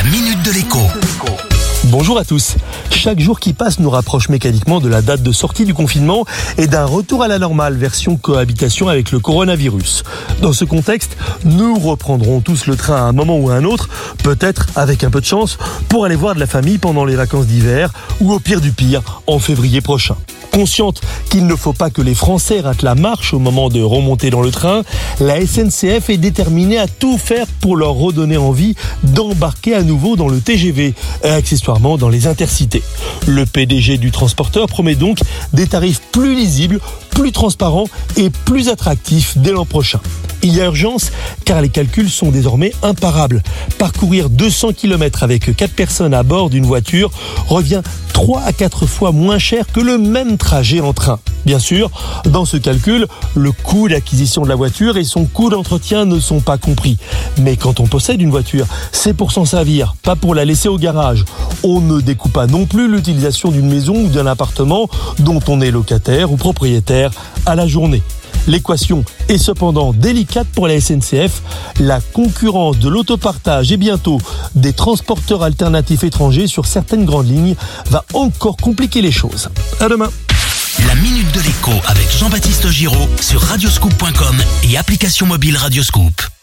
minute de l'écho. Bonjour à tous. Chaque jour qui passe nous rapproche mécaniquement de la date de sortie du confinement et d'un retour à la normale version cohabitation avec le coronavirus. Dans ce contexte, nous reprendrons tous le train à un moment ou à un autre, peut-être avec un peu de chance, pour aller voir de la famille pendant les vacances d'hiver ou au pire du pire, en février prochain. Consciente qu'il ne faut pas que les Français ratent la marche au moment de remonter dans le train, la SNCF est déterminée à tout faire pour leur redonner envie d'embarquer à nouveau dans le TGV et accessoirement dans les intercités. Le PDG du transporteur promet donc des tarifs plus lisibles, plus transparents et plus attractifs dès l'an prochain. Il y a urgence car les calculs sont désormais imparables. Parcourir 200 km avec 4 personnes à bord d'une voiture revient 3 à 4 fois moins cher que le même trajet en train. Bien sûr, dans ce calcul, le coût d'acquisition de la voiture et son coût d'entretien ne sont pas compris. Mais quand on possède une voiture, c'est pour s'en servir, pas pour la laisser au garage. On ne découpe pas non plus l'utilisation d'une maison ou d'un appartement dont on est locataire ou propriétaire à la journée. L'équation est cependant délicate pour la SNCF. La concurrence de l'autopartage et bientôt des transporteurs alternatifs étrangers sur certaines grandes lignes va encore compliquer les choses. À demain. La minute de l'écho avec Jean-Baptiste Giraud sur radioscoop.com et application mobile Radioscoop.